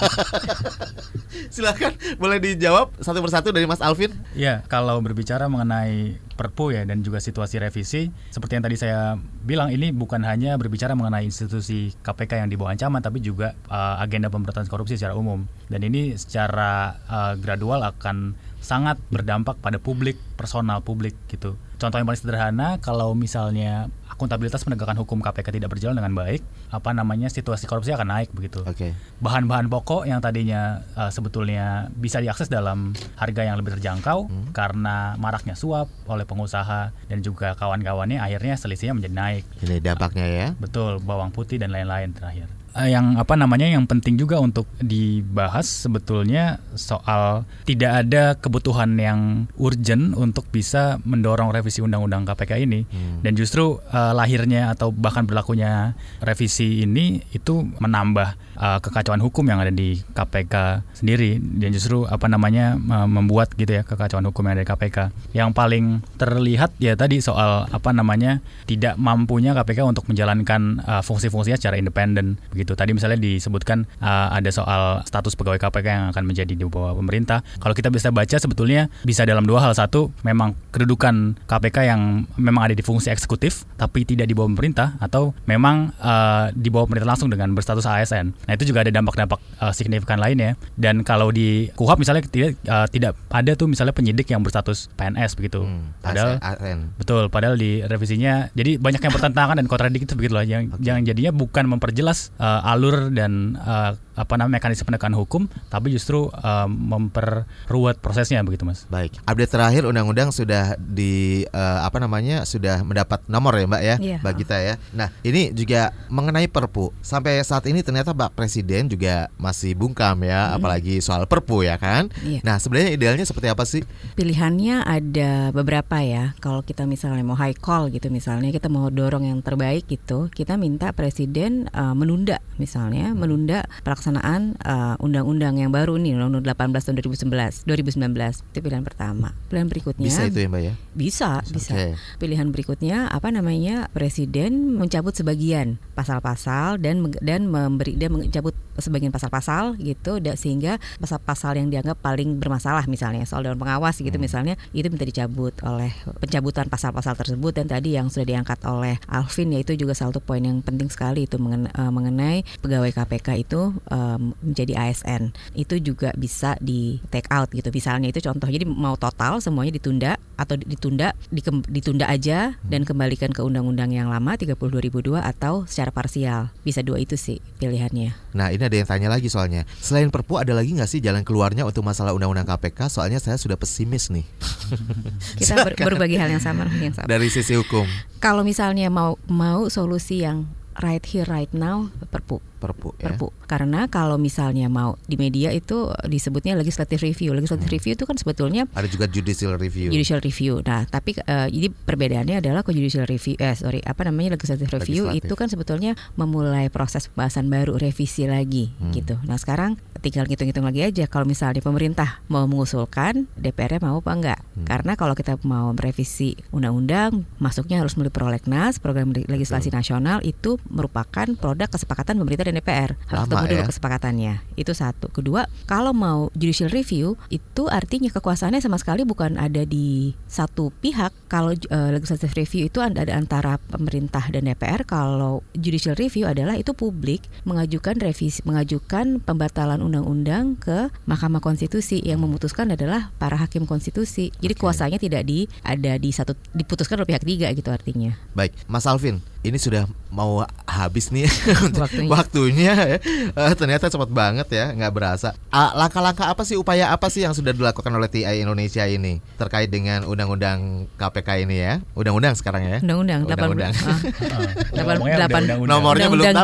Silakan, boleh dijawab satu persatu dari Mas Alvin.
Ya, kalau berbicara mengenai Perpu ya dan juga situasi revisi, seperti yang tadi saya bilang, ini bukan hanya berbicara mengenai institusi KPK yang di bawah ancaman, tapi juga agenda pemberantasan korupsi secara umum. Dan ini secara gradual akan sangat berdampak pada publik, personal publik gitu. Contoh yang paling sederhana, kalau misalnya akuntabilitas penegakan hukum KPK tidak berjalan dengan baik, situasi korupsi akan naik begitu.
Okay.
Bahan-bahan pokok yang tadinya sebetulnya bisa diakses dalam harga yang lebih terjangkau karena maraknya suap oleh pengusaha dan juga kawan-kawannya, akhirnya selisihnya menjadi naik.
Ini dampaknya ya.
Betul, bawang putih dan lain-lain terakhir. Yang penting juga untuk dibahas sebetulnya soal tidak ada kebutuhan yang urgent untuk bisa mendorong revisi undang-undang KPK ini. Dan justru lahirnya atau bahkan berlakunya revisi ini itu menambah kekacauan hukum yang ada di KPK sendiri, dan justru membuat gitu ya kekacauan hukum yang ada di KPK. Yang paling terlihat ya tadi soal tidak mampunya KPK untuk menjalankan fungsi-fungsinya secara independen. Begitu. Tadi misalnya disebutkan ada soal status pegawai KPK yang akan menjadi di bawah pemerintah. Kalau kita bisa baca sebetulnya bisa dalam dua hal. Satu, memang kedudukan KPK yang memang ada di fungsi eksekutif tapi tidak di bawah pemerintah, atau memang di bawah pemerintah langsung dengan berstatus ASN. Nah, itu juga ada dampak-dampak signifikan lainnya. Dan kalau di KUHP misalnya tidak ada tuh misalnya penyidik yang berstatus PNS begitu. Padahal betul, padahal di revisinya jadi banyak yang bertentangan dan kontradiktif begitu loh, yang jadinya bukan memperjelas alur dan mekanisme penegakan hukum, tapi justru memperruwet prosesnya begitu, Mas.
Baik. Update terakhir undang-undang sudah sudah mendapat nomor ya, Mbak ya, Mbak Gita ya. Nah, ini juga mengenai Perpu. Sampai saat ini ternyata Pak Presiden juga masih bungkam ya, apalagi soal Perpu ya kan. Nah, sebenarnya idealnya seperti apa sih? Pilihannya
ada beberapa ya. Kalau kita misalnya mau high call gitu, misalnya kita mau dorong yang terbaik gitu, kita minta Presiden menunda pelaksanaan undang-undang yang baru nih, Undang-Undang 18 tahun 2019. Itu pilihan pertama. Pilihan berikutnya
bisa itu ya, Mbak ya? Bisa.
Okay. Pilihan berikutnya Presiden mencabut sebagian pasal-pasal dan mencabut sebagian pasal-pasal gitu, sehingga pasal-pasal yang dianggap paling bermasalah misalnya soal dewan pengawas gitu misalnya, itu minta dicabut oleh pencabutan pasal-pasal tersebut. Dan tadi yang sudah diangkat oleh Alvin, yaitu juga satu poin yang penting sekali itu mengenai pegawai KPK itu menjadi ASN, itu juga bisa di take out gitu misalnya, itu contoh. Jadi mau total semuanya ditunda atau ditunda aja dan kembalikan ke undang-undang yang lama 30/2002 atau secara parsial. Bisa dua itu sih pilihannya.
Nah, ini ada yang tanya lagi soalnya. Selain Perpu ada lagi nggak sih jalan keluarnya untuk masalah undang-undang KPK? Soalnya saya sudah pesimis nih.
Kita berbagi hal yang sama.
Dari sisi hukum.
Kalau misalnya mau solusi yang right here right now, Perpu. Karena kalau misalnya mau di media itu disebutnya legislative review. Legislative review itu kan sebetulnya
ada juga judicial review. Nah, tapi jadi perbedaannya adalah judicial review legislative review itu kan sebetulnya memulai proses pembahasan baru, revisi lagi gitu. Nah, sekarang tinggal hitung-hitung lagi aja kalau misalnya pemerintah mau mengusulkan, DPR-nya mau apa enggak. Karena kalau kita mau merevisi undang-undang, masuknya harus melalui prolegnas, program legislasi nasional, itu merupakan produk kesepakatan pemerintah dan DPR. Harus ketemu dulu kesepakatannya. Itu satu. Kedua, kalau mau judicial review, itu artinya kekuasaannya sama sekali bukan ada di satu pihak. Kalau legislative review itu ada antara pemerintah dan DPR. Kalau judicial review adalah itu publik mengajukan pembatalan undang-undang ke Mahkamah Konstitusi, yang memutuskan adalah para hakim konstitusi. Jadi kuasanya tidak diputuskan oleh pihak tiga gitu artinya. Baik, Mas Alvin, ini sudah mau habis nih waktunya ya. Ternyata cepat banget ya, nggak berasa. Langkah-langkah apa sih, upaya apa sih yang sudah dilakukan oleh TI Indonesia ini terkait dengan undang-undang KPK ini ya? Undang-undang sekarang ya?
Undang-undang.
Nomornya belum tahu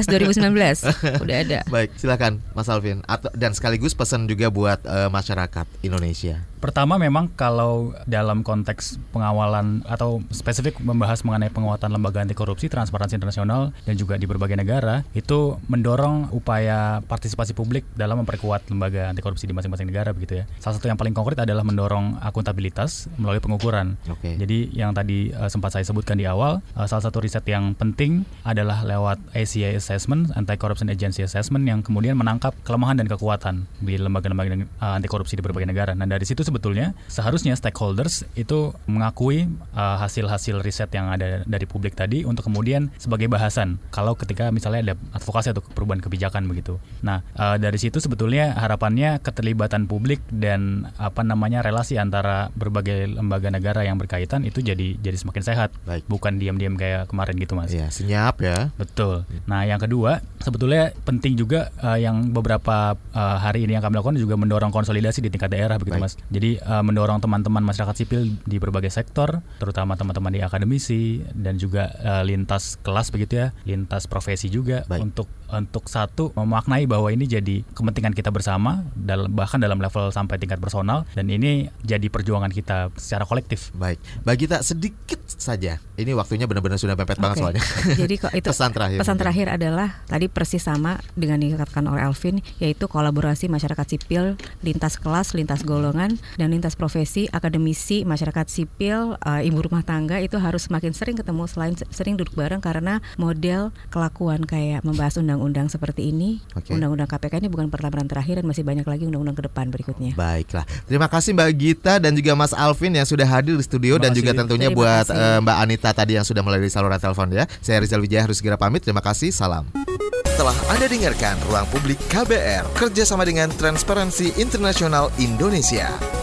18/2019 udah ada.
Baik, silakan Mas Alvin. Dan sekaligus pesan juga buat masyarakat Indonesia.
Pertama, memang kalau dalam konteks pengawalan atau spesifik membahas mengenai penguatan lembaga anti korupsi, Transparansi Internasional dan juga di berbagai negara, itu mendorong upaya partisipasi publik dalam memperkuat lembaga anti korupsi di masing-masing negara begitu ya. Salah satu yang paling konkret adalah mendorong akuntabilitas melalui pengukuran. Jadi yang tadi sempat saya sebutkan di awal, salah satu riset yang penting adalah lewat ACA Assessment, Anti-Corruption Agency Assessment, yang kemudian menangkap kelemahan dan kekuatan di lembaga-lembaga anti korupsi di berbagai negara. Nah, dari situ sebetulnya seharusnya stakeholders itu mengakui hasil-hasil riset yang ada dari publik tadi untuk kemudian sebagai bahasan kalau ketika misalnya ada advokasi atau perubahan kebijakan begitu. Nah, dari situ sebetulnya harapannya keterlibatan publik dan relasi antara berbagai lembaga negara yang berkaitan itu jadi semakin sehat.
Baik.
Bukan diam-diam kayak kemarin gitu, Mas.
Iya, senyap ya.
Betul. Nah, yang kedua sebetulnya penting juga yang beberapa hari ini yang kami lakukan juga mendorong konsolidasi di tingkat daerah begitu. Baik. Mas. Jadi mendorong teman-teman masyarakat sipil di berbagai sektor, terutama teman-teman di akademisi dan juga lintas kelas begitu ya, lintas profesi juga. Baik. Untuk satu memaknai bahwa ini jadi kepentingan kita bersama, bahkan dalam level sampai tingkat personal, dan ini jadi perjuangan kita secara kolektif.
Baik, bagi kita sedikit saja. Ini waktunya benar-benar sudah mepet banget soalnya.
Jadi kok itu pesan terakhir adalah tadi persis sama dengan yang dikatakan oleh Alvin, yaitu kolaborasi masyarakat sipil, lintas kelas, lintas golongan, dan lintas profesi, akademisi, masyarakat sipil, ibu rumah tangga itu harus semakin sering ketemu, sering duduk bareng, karena model kelakuan kayak membahas undang-undang seperti ini, undang-undang KPK ini bukan pertempuran terakhir, dan masih banyak lagi undang-undang ke depan berikutnya.
Baiklah, terima kasih Mbak Gita dan juga Mas Alvin yang sudah hadir di studio, dan juga tentunya buat Mbak Anita tadi yang sudah melalui saluran telepon ya. Saya Rizal Wijaya harus segera pamit. Terima kasih, salam. Telah Anda dengarkan Ruang Publik KBR, kerjasama dengan Transparansi Internasional Indonesia.